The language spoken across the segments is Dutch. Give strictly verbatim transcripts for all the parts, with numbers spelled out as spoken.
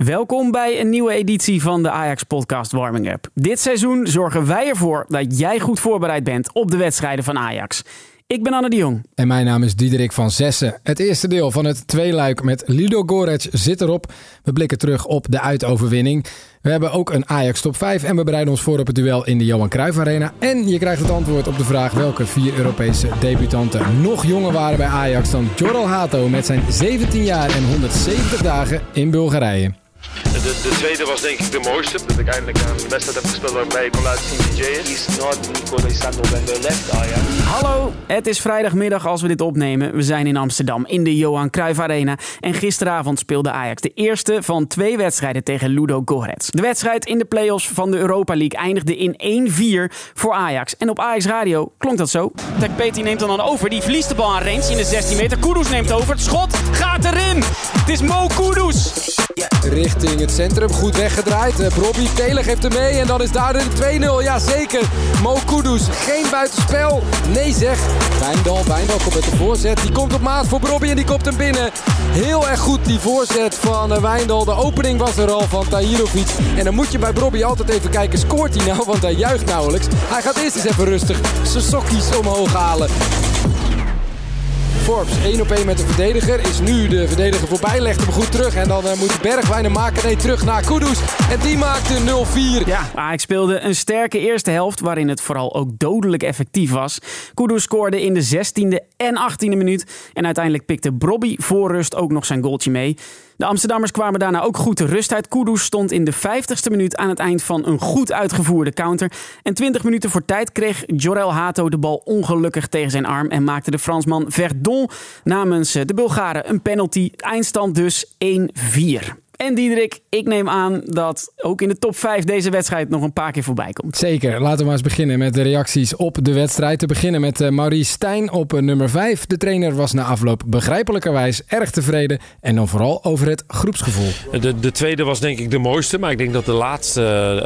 Welkom bij een nieuwe editie van de Ajax-podcast Warming Up. Dit seizoen zorgen wij ervoor dat jij goed voorbereid bent op de wedstrijden van Ajax. Ik ben Anne de Jong. En mijn naam is Diederik van Zessen. Het eerste deel van het tweeluik met Ludogorets zit erop. We blikken terug op de uitoverwinning. We hebben ook een Ajax top vijf en we bereiden ons voor op het duel in de Johan Cruijff Arena. En je krijgt het antwoord op de vraag welke vier Europese debutanten nog jonger waren bij Ajax dan Jorel Hato met zijn zeventien jaar en honderdzeventig dagen in Bulgarije. De, de tweede was denk ik de mooiste. Dat ik eindelijk een wedstrijd heb gespeeld waarbij ik kon laten zien wie Jay is. He's not Nico Lisandro when we left Ajax. Hallo, het is vrijdagmiddag als we dit opnemen. We zijn in Amsterdam in de Johan Cruijff Arena. En gisteravond speelde Ajax de eerste van twee wedstrijden tegen Ludogorets. De wedstrijd in de play-offs van de Europa League eindigde in één vier voor Ajax. En op Ajax Radio klonk dat zo. Tekpeti neemt dan, dan over. Die verliest de bal aan range in de zestien meter. Kudus neemt over. Het schot gaat erin. Het is Mo Kudus. Richting het centrum, goed weggedraaid. Uh, Brobby, Taylor geeft hem mee en dan is daar de twee nul. Jazeker, Mo Kudus, geen buitenspel. Nee zeg, Wijndal, Wijndal komt met de voorzet. Die komt op maat voor Brobby en die komt hem binnen. Heel erg goed die voorzet van uh, Wijndal. De opening was er al van Tahirovic. En dan moet je bij Brobby altijd even kijken, scoort hij nou? Want hij juicht nauwelijks. Hij gaat eerst eens even rustig zijn sokjes omhoog halen. Forbes, één op één met de verdediger. Is nu de verdediger voorbij, legt hem goed terug. En dan uh, moet Bergwijn hem maken. Nee, terug naar Kudus. En die maakte nul vier. Ja, Ajax speelde een sterke eerste helft, waarin het vooral ook dodelijk effectief was. Kudus scoorde in de zestiende en achttiende minuut. En uiteindelijk pikte Brobby voor rust ook nog zijn goaltje mee. De Amsterdammers kwamen daarna ook goed de rust uit. Kudus stond in de vijftigste minuut aan het eind van een goed uitgevoerde counter. En twintig minuten voor tijd kreeg Jorel Hato de bal ongelukkig tegen zijn arm. En maakte de Fransman Verdon namens de Bulgaren een penalty. Eindstand dus één vier. En Diederik, ik neem aan dat ook in de top vijf deze wedstrijd nog een paar keer voorbij komt. Zeker. Laten we maar eens beginnen met de reacties op de wedstrijd. Te beginnen met uh, Maurice Stijn op uh, nummer vijf. De trainer was na afloop begrijpelijkerwijs erg tevreden. En dan vooral over het groepsgevoel. De, de tweede was denk ik de mooiste. Maar ik denk dat de laatste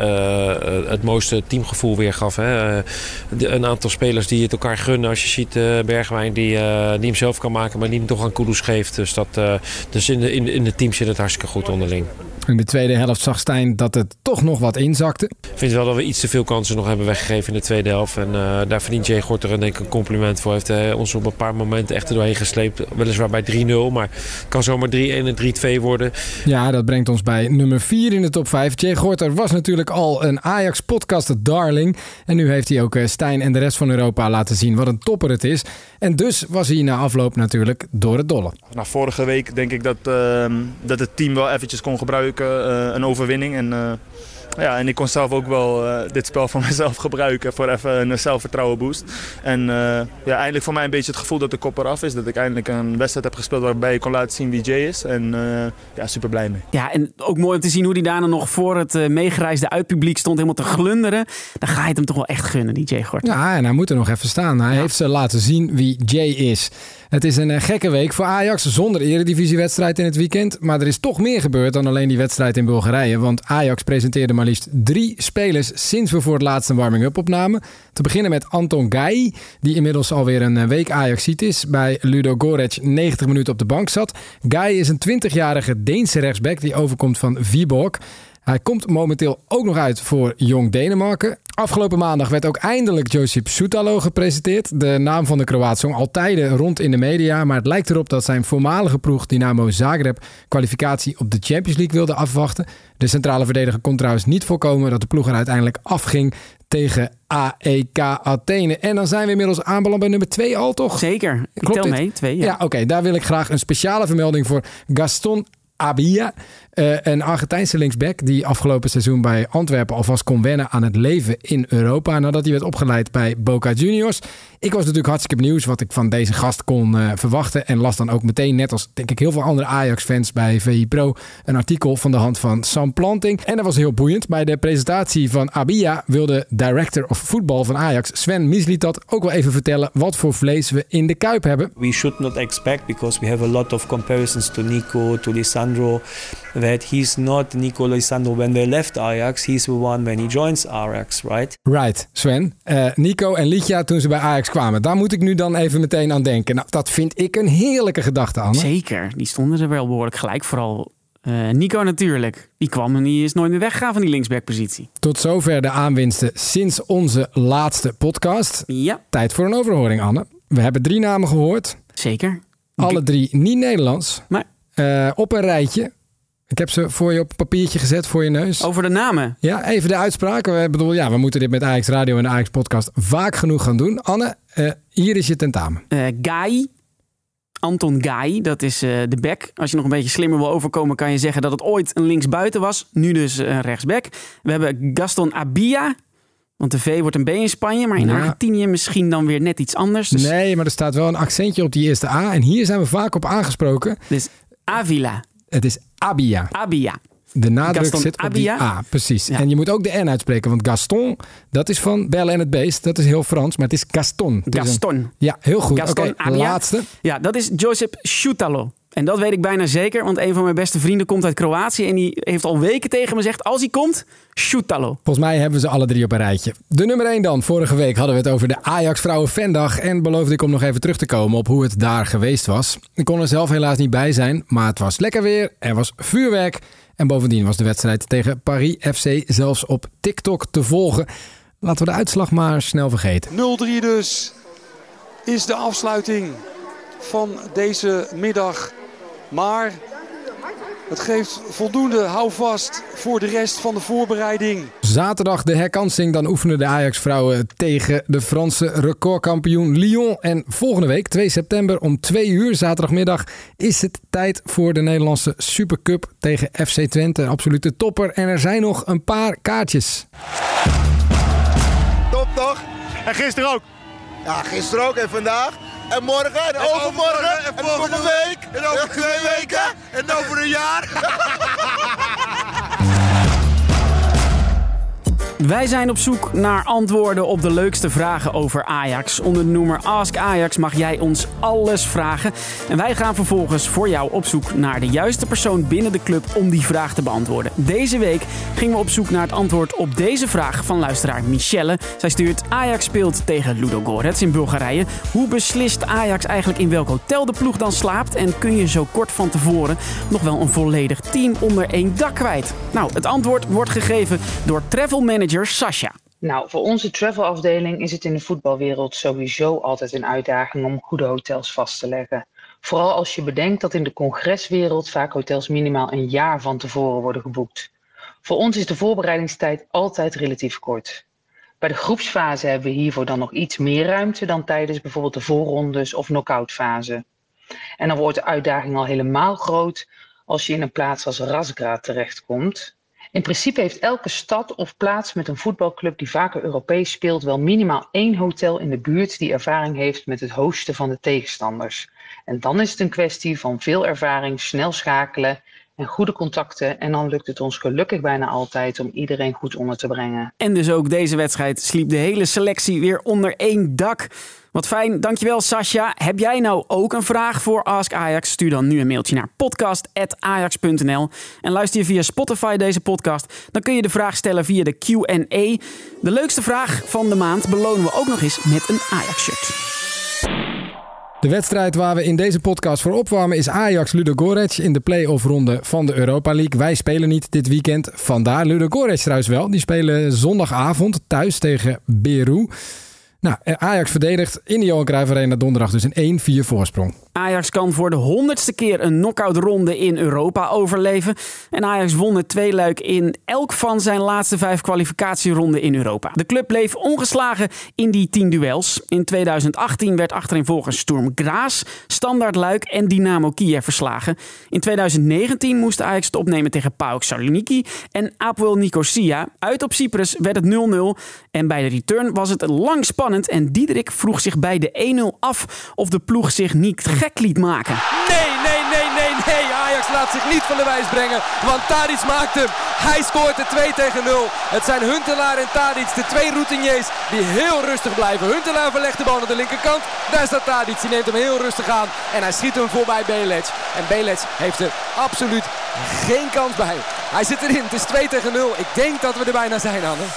uh, uh, het mooiste teamgevoel weergaf. Hè. Uh, de, een aantal spelers die het elkaar gunnen. Als je ziet uh, Bergwijn die, uh, die hem zelf kan maken. Maar die hem toch aan Kudus geeft. Dus, dat, uh, dus in de, in, in de team zit het hartstikke goed onderling. In de tweede helft zag Stijn dat het toch nog wat inzakte. Ik vind wel dat we iets te veel kansen nog hebben weggegeven in de tweede helft. En uh, daar verdient Jay Gorter denk ik een compliment voor. Hij heeft uh, ons op een paar momenten echt er doorheen gesleept. Weliswaar bij drie nul, maar het kan zomaar drie een en drie twee worden. Ja, dat brengt ons bij nummer vier in de top vijf. Jay Gorter was natuurlijk al een Ajax-podcast darling. En nu heeft hij ook uh, Stijn en de rest van Europa laten zien wat een topper het is. En dus was hij na afloop natuurlijk door het dolle. Nou, vorige week denk ik dat, uh, dat het team wel eventjes kon gebruiken, uh, een overwinning. En, uh, ja, en ik kon zelf ook wel uh, dit spel van mezelf gebruiken voor even een zelfvertrouwen boost. En uh, ja, eindelijk voor mij een beetje het gevoel dat de kop eraf is. Dat ik eindelijk een wedstrijd heb gespeeld waarbij ik kon laten zien wie Jay is. En uh, ja, super blij mee. Ja, en ook mooi om te zien hoe hij daarna nog voor het uh, meegereisde uitpubliek stond helemaal te glunderen. Dan ga je het hem toch wel echt gunnen, die Jay Gorter. Ja, en hij moet er nog even staan. Hij ja. heeft ze laten zien wie Jay is. Het is een gekke week voor Ajax zonder eredivisiewedstrijd in het weekend. Maar er is toch meer gebeurd dan alleen die wedstrijd in Bulgarije. Want Ajax presenteerde maar liefst drie spelers sinds we voor het laatst een warming-up opnamen. Te beginnen met Anton Gai, die inmiddels alweer een week Ajaxiet is. Bij Ludogorets negentig minuten op de bank zat. Gai is een twintigjarige Deense rechtsback die overkomt van Viborg. Hij komt momenteel ook nog uit voor Jong Denemarken. Afgelopen maandag werd ook eindelijk Josip Soetalo gepresenteerd. De naam van de Kroaat zong al tijden rond in de media. Maar het lijkt erop dat zijn voormalige ploeg Dinamo Zagreb kwalificatie op de Champions League wilde afwachten. De centrale verdediger kon trouwens niet voorkomen dat de ploeg er uiteindelijk afging tegen A E K Athene. En dan zijn we inmiddels aanbeland bij nummer twee al, toch? Zeker. Ik Klopt tel dit? mee. Twee, ja. Ja, oké. Okay, daar wil ik graag een speciale vermelding voor Gaston Abia, uh, een Argentijnse linksback die afgelopen seizoen bij Antwerpen alvast kon wennen aan het leven in Europa nadat hij werd opgeleid bij Boca Juniors. Ik was natuurlijk hartstikke benieuwd wat ik van deze gast kon uh, verwachten en las dan ook meteen, net als denk ik heel veel andere Ajax-fans bij V I Pro, een artikel van de hand van Sam Planting. En dat was heel boeiend. Bij de presentatie van Abia wilde director of voetbal van Ajax, Sven Mislintat, ook wel even vertellen wat voor vlees we in de kuip hebben. We should not expect, because we have a lot of comparisons to Nico, to Lisandro, that he's not Nico Lisandro when they left Ajax, he's the one when he joins Ajax, right? Right, Sven. Uh, Nico en Liedja toen ze bij Ajax kwamen. Daar moet ik nu dan even meteen aan denken. Nou, dat vind ik een heerlijke gedachte, Anne. Zeker. Die stonden er wel behoorlijk gelijk. Vooral Uh, Nico natuurlijk. Die kwam en die is nooit meer weggegaan van die linksbackpositie. Tot zover de aanwinsten sinds onze laatste podcast. Ja. Tijd voor een overhoring, Anne. We hebben drie namen gehoord. Zeker. Alle drie niet Nederlands. Maar... Uh, op een rijtje. Ik heb ze voor je op een papiertje gezet voor je neus. Over de namen? Ja, even de uitspraak. We, bedoel, ja, we moeten dit met Ajax Radio en de Ajax Podcast vaak genoeg gaan doen. Anne, uh, hier is je tentamen. Uh, Guy. Anton Guy, dat is uh, de back. Als je nog een beetje slimmer wil overkomen, kan je zeggen dat het ooit een linksbuiten was. Nu dus een rechtsback. We hebben Gaston Abia. Want de V wordt een B in Spanje, maar in ja. Argentinië misschien dan weer net iets anders. Dus... Nee, maar er staat wel een accentje op die eerste A. En hier zijn we vaak op aangesproken. Dus Avila. Het is Abia. Abia. De nadruk Gaston zit op Abia. die A, precies. Ja. En je moet ook de N uitspreken, want Gaston, dat is van Belle en het Beest. Dat is heel Frans, maar het is Gaston. Het Gaston. Is een... Ja, heel goed. Oké, okay, okay, laatste. Ja, dat is Josip Šutalo. En dat weet ik bijna zeker, want een van mijn beste vrienden komt uit Kroatië en die heeft al weken tegen me gezegd, als hij komt, Šutalo. Volgens mij hebben we ze alle drie op een rijtje. De nummer één dan. Vorige week hadden we het over de Ajax Vrouwen Fandag en beloofde ik om nog even terug te komen op hoe het daar geweest was. Ik kon er zelf helaas niet bij zijn, maar het was lekker weer, er was vuurwerk en bovendien was de wedstrijd tegen Paris F C zelfs op TikTok te volgen. Laten we de uitslag maar snel vergeten. nul drie dus is de afsluiting van deze middag. Maar het geeft voldoende houvast voor de rest van de voorbereiding. Zaterdag de herkansing. Dan oefenen de Ajax-vrouwen tegen de Franse recordkampioen Lyon. En volgende week, twee september om twee uur, zaterdagmiddag, is het tijd voor de Nederlandse Supercup tegen F C Twente. Absolute topper. En er zijn nog een paar kaartjes. Top toch? En gisteren ook? Ja, gisteren ook en vandaag. En morgen en, en overmorgen, overmorgen en, en volgende week. En over twee weken en over een jaar. Wij zijn op zoek naar antwoorden op de leukste vragen over Ajax. Onder de noemer Ask Ajax mag jij ons alles vragen. En wij gaan vervolgens voor jou op zoek naar de juiste persoon binnen de club om die vraag te beantwoorden. Deze week gingen we op zoek naar het antwoord op deze vraag van luisteraar Michelle. Zij stuurt: Ajax speelt tegen Ludogorets in Bulgarije. Hoe beslist Ajax eigenlijk in welk hotel de ploeg dan slaapt? En kun je zo kort van tevoren nog wel een volledig team onder één dak kwijt? Nou, het antwoord wordt gegeven door travel manager Sascha. Nou, voor onze travelafdeling is het in de voetbalwereld sowieso altijd een uitdaging om goede hotels vast te leggen. Vooral als je bedenkt dat in de congreswereld vaak hotels minimaal een jaar van tevoren worden geboekt. Voor ons is de voorbereidingstijd altijd relatief kort. Bij de groepsfase hebben we hiervoor dan nog iets meer ruimte dan tijdens bijvoorbeeld de voorrondes of knock-outfase. En dan wordt de uitdaging al helemaal groot als je in een plaats als Razgrad terechtkomt. In principe heeft elke stad of plaats met een voetbalclub die vaker Europees speelt wel minimaal één hotel in de buurt die ervaring heeft met het hosten van de tegenstanders. En dan is het een kwestie van veel ervaring, snel schakelen en goede contacten. En dan lukt het ons gelukkig bijna altijd om iedereen goed onder te brengen. En dus ook deze wedstrijd sliep de hele selectie weer onder één dak. Wat fijn, dankjewel Sascha. Heb jij nou ook een vraag voor Ask Ajax? Stuur dan nu een mailtje naar podcast at ajax punt n l. En luister je via Spotify deze podcast, dan kun je de vraag stellen via de Q en A. De leukste vraag van de maand belonen we ook nog eens met een Ajax-shirt. De wedstrijd waar we in deze podcast voor opwarmen is Ajax Ludogorets in de play-off ronde van de Europa League. Wij spelen niet dit weekend, vandaar Ludogorets trouwens wel. Die spelen zondagavond thuis tegen Beru. Nou, Ajax verdedigt in de Johan Cruijff Arena donderdag dus een één vier voorsprong. Ajax kan voor de honderdste keer een knock-out ronde in Europa overleven. En Ajax won het tweeluik in elk van zijn laatste vijf kwalificatieronden in Europa. De club bleef ongeslagen in die tien duels. In tweeduizend achttien werd achtereenvolgens Sturm Graz, Standard Luik en Dynamo Kiev verslagen. In tweeduizend negentien moest Ajax het opnemen tegen PAOK Saloniki en Apoel Nicosia. Uit op Cyprus werd het nul nul. En bij de return was het lang spannend en Diederik vroeg zich bij de één nul af of de ploeg zich niet gek liet maken. Nee, nee, nee, nee, nee. Ajax laat zich niet van de wijs brengen, want Tadic maakt hem. Hij scoort de twee tegen nul. Het zijn Huntelaar en Tadic, de twee routiniers, die heel rustig blijven. Huntelaar verlegt de bal aan de linkerkant. Daar staat Tadic, die neemt hem heel rustig aan. En hij schiet hem voorbij Belic. En Belic heeft er absoluut geen kans bij. Hij zit erin, het is twee tegen nul. Ik denk dat we er bijna zijn, Anne.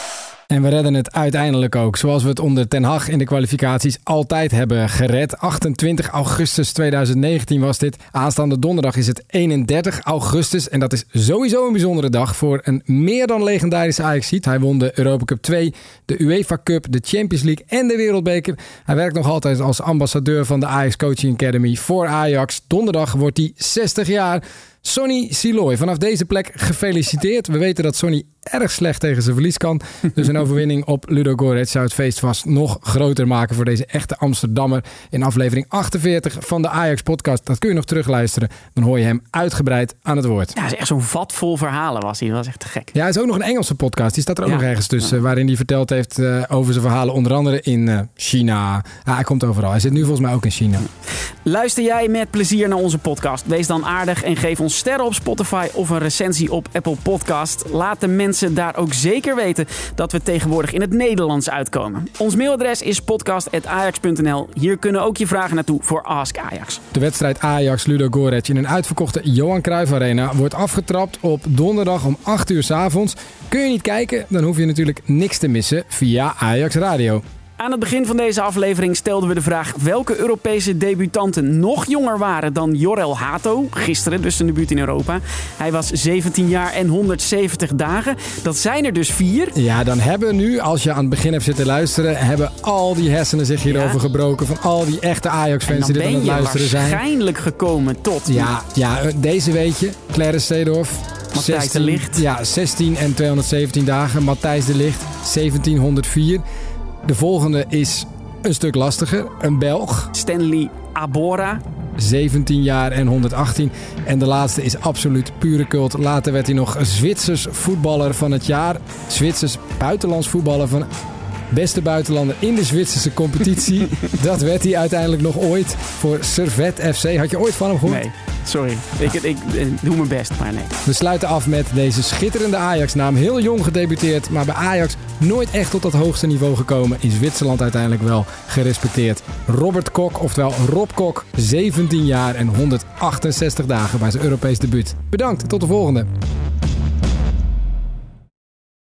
En we redden het uiteindelijk ook, zoals we het onder Ten Hag in de kwalificaties altijd hebben gered. achtentwintig augustus tweeduizend negentien was dit. Aanstaande donderdag is het eenendertig augustus. En dat is sowieso een bijzondere dag voor een meer dan legendarische Ajaxiet. Hij won de Europa Cup twee, de UEFA Cup, de Champions League en de Wereldbeker. Hij werkt nog altijd als ambassadeur van de Ajax Coaching Academy voor Ajax. Donderdag wordt hij zestig jaar. Sonny Siloy, vanaf deze plek gefeliciteerd. We weten dat Sonny erg slecht tegen zijn verlies kan. Dus een overwinning op Ludogorets zou het feest vast nog groter maken voor deze echte Amsterdammer. In aflevering achtenveertig van de Ajax-podcast. Dat kun je nog terugluisteren. Dan hoor je hem uitgebreid aan het woord. Ja, het is echt zo'n vat vol verhalen was hij. Dat was echt te gek. Ja, hij is ook nog een Engelse podcast. Die staat er ook ja. nog ergens tussen. Ja. Waarin hij verteld heeft uh, over zijn verhalen. Onder andere in uh, China. Ja, hij komt overal. Hij zit nu volgens mij ook in China. Luister jij met plezier naar onze podcast? Wees dan aardig en geef ons sterren op Spotify of een recensie op Apple Podcast. Laat de mensen daar ook zeker weten dat we tegenwoordig in het Nederlands uitkomen. Ons mailadres is podcast at ajax punt n l. Hier kunnen ook je vragen naartoe voor Ask Ajax. De wedstrijd Ajax-Ludogorets in een uitverkochte Johan Cruijff Arena wordt afgetrapt op donderdag om acht uur 's avonds. Kun je niet kijken, dan hoef je natuurlijk niks te missen via Ajax Radio. Aan het begin van deze aflevering stelden we de vraag welke Europese debutanten nog jonger waren dan Jorel Hato. Gisteren dus zijn debuut in Europa. Hij was zeventien jaar en honderdzeventig dagen. Dat zijn er dus vier. Ja, dan hebben nu, als je aan het begin hebt zitten luisteren, hebben al die hersenen zich hierover ja. gebroken. Van al die echte Ajax-fans die er aan het luisteren zijn. En dan ben je waarschijnlijk gekomen tot... Ja, ja, deze weet je. Clarence Seedorf. Matthijs de Ligt. Ja, zestien en tweehonderdzeventien dagen. Matthijs de Ligt, zeventienhonderdvier. De volgende is een stuk lastiger. Een Belg. Stanley Abora. zeventien jaar en honderdachttien. En de laatste is absoluut pure cult. Later werd hij nog Zwitsers voetballer van het jaar. Zwitsers buitenlands voetballer van... Beste buitenlander in de Zwitserse competitie. Dat werd hij uiteindelijk nog ooit voor Servette F C. Had je ooit van hem gehoord? Nee, sorry. Ik, ik, ik, ik doe mijn best, maar nee. We sluiten af met deze schitterende Ajax-naam. Heel jong gedebuteerd, maar bij Ajax nooit echt tot dat hoogste niveau gekomen. In Zwitserland uiteindelijk wel gerespecteerd. Robert Kok, oftewel Rob Kok. zeventien jaar en honderdachtenzestig dagen bij zijn Europees debuut. Bedankt, tot de volgende.